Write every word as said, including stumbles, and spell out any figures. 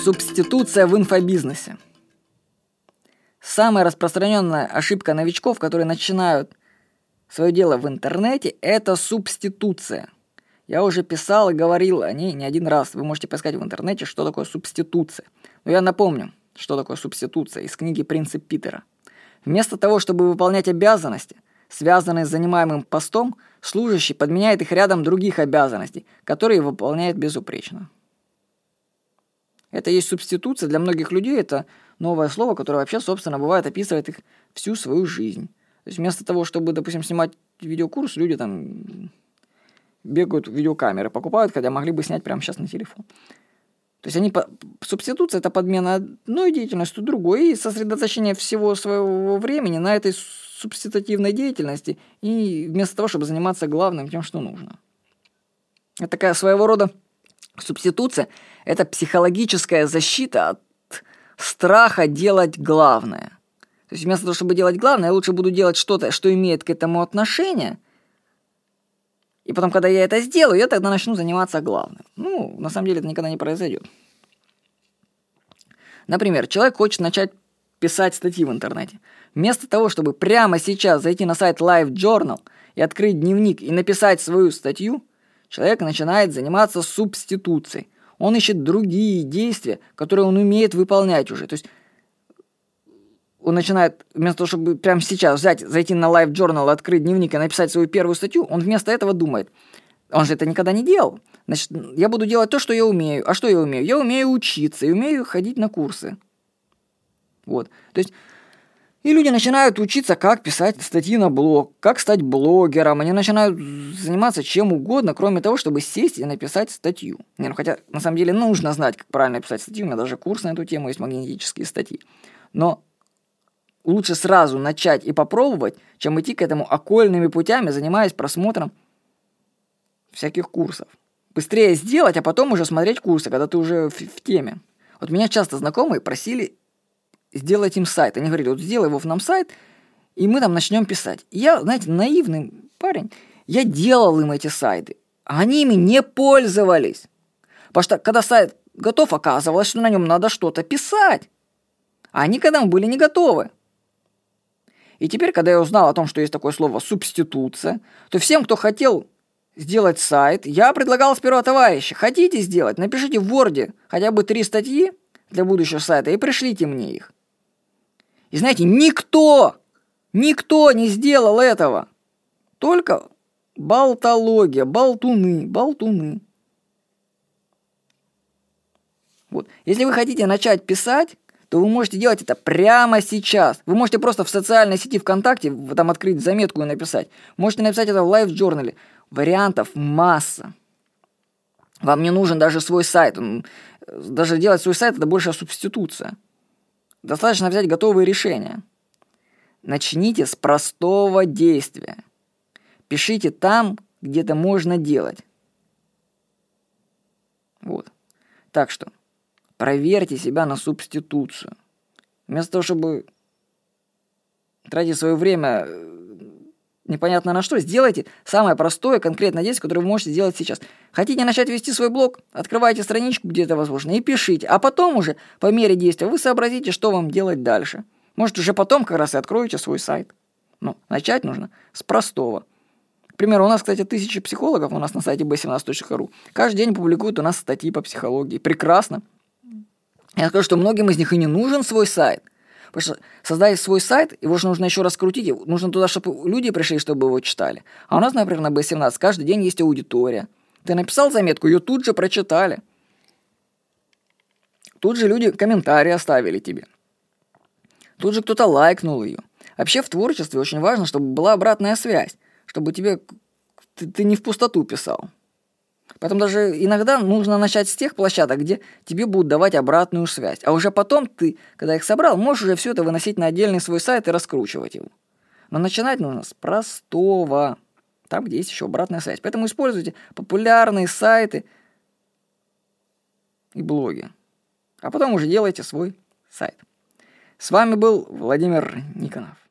Субституция в инфобизнесе. Самая распространенная ошибка новичков, которые начинают свое дело в интернете, это субституция. Я уже писал и говорил о ней не один раз. Вы можете поискать в интернете, что такое субституция. Но я напомню, что такое субституция из книги «Принцип Питера». Вместо того, чтобы выполнять обязанности, связанные с занимаемым постом, служащий подменяет их рядом других обязанностей, которые выполняет безупречно. Это есть субституция. Для многих людей это новое слово, которое вообще, собственно, бывает описывает их всю свою жизнь. То есть вместо того, чтобы, допустим, снимать видеокурс, люди там бегают видеокамеры, покупают, хотя могли бы снять прямо сейчас на телефон. То есть они по... субституция – это подмена одной деятельности другой и сосредоточение всего своего времени на этой субститутивной деятельности, и вместо того, чтобы заниматься главным тем, что нужно. Это такая своего рода субституция – это психологическая защита от страха делать главное. То есть вместо того, чтобы делать главное, я лучше буду делать что-то, что имеет к этому отношение, и потом, когда я это сделаю, я тогда начну заниматься главным. Ну, на самом деле, это никогда не произойдет. Например, человек хочет начать писать статьи в интернете. Вместо того, чтобы прямо сейчас зайти на сайт LiveJournal и открыть дневник и написать свою статью, человек начинает заниматься субституцией. Он ищет другие действия, которые он умеет выполнять уже. То есть он начинает, вместо того, чтобы прямо сейчас взять, зайти на LiveJournal, открыть дневник и написать свою первую статью, он вместо этого думает, он же это никогда не делал. Значит, я буду делать то, что я умею. А что я умею? Я умею учиться и умею ходить на курсы. Вот. То есть и люди начинают учиться, как писать статьи на блог, как стать блогером. Они начинают заниматься чем угодно, кроме того, чтобы сесть и написать статью. Не, ну хотя, на самом деле, нужно знать, как правильно писать статью. У меня даже курс на эту тему есть, магнетические статьи. Но лучше сразу начать и попробовать, чем идти к этому окольными путями, занимаясь просмотром всяких курсов. Быстрее сделать, а потом уже смотреть курсы, когда ты уже в, в теме. Вот меня часто знакомые просили сделать им сайт. Они говорили, вот сделай его нам сайт, и мы там начнем писать. И я, знаете, наивный парень, я делал им эти сайты, а они ими не пользовались. Потому что когда сайт готов, оказывалось, что на нем надо что-то писать. А они к этому были не готовы. И теперь, когда я узнал о том, что есть такое слово «субституция», то всем, кто хотел сделать сайт, я предлагал сперва: товарищи, хотите сделать? Напишите в Word хотя бы три статьи для будущего сайта и пришлите мне их. И знаете, никто, никто не сделал этого. Только болтология, болтуны, болтуны. Вот. Если вы хотите начать писать, то вы можете делать это прямо сейчас. Вы можете просто в социальной сети ВКонтакте там открыть заметку и написать. Можете написать это в LiveJournal. Вариантов масса. Вам не нужен даже свой сайт. Даже делать свой сайт – это больше субституция. Достаточно взять готовые решения. Начните с простого действия. Пишите там, где это можно делать. Вот. Так что проверьте себя на субституцию. Вместо того, чтобы тратить свое время непонятно на что, сделайте самое простое, конкретное действие, которое вы можете сделать сейчас. Хотите начать вести свой блог? Открывайте страничку, где это возможно, и пишите. А потом уже, по мере действия, вы сообразите, что вам делать дальше. Может, уже потом как раз и откроете свой сайт. Но начать нужно с простого. К примеру, у нас, кстати, тысячи психологов у нас на сайте би семнадцать точка ру. Каждый день публикуют у нас статьи по психологии. Прекрасно. Я скажу, что многим из них и не нужен свой сайт. Потому что создать свой сайт, его же нужно еще раскрутить, нужно туда, чтобы люди пришли, чтобы его читали. А у нас, например, на би семнадцать каждый день есть аудитория. Ты написал заметку, ее тут же прочитали. Тут же люди комментарии оставили тебе. Тут же кто-то лайкнул ее. Вообще в творчестве очень важно, чтобы была обратная связь, чтобы тебе ты, ты не в пустоту писал. Поэтому даже иногда нужно начать с тех площадок, где тебе будут давать обратную связь. А уже потом ты, когда их собрал, можешь уже все это выносить на отдельный свой сайт и раскручивать его. Но начинать нужно с простого. Там, где есть еще обратная связь. Поэтому используйте популярные сайты и блоги. А потом уже делайте свой сайт. С вами был Владимир Никонов.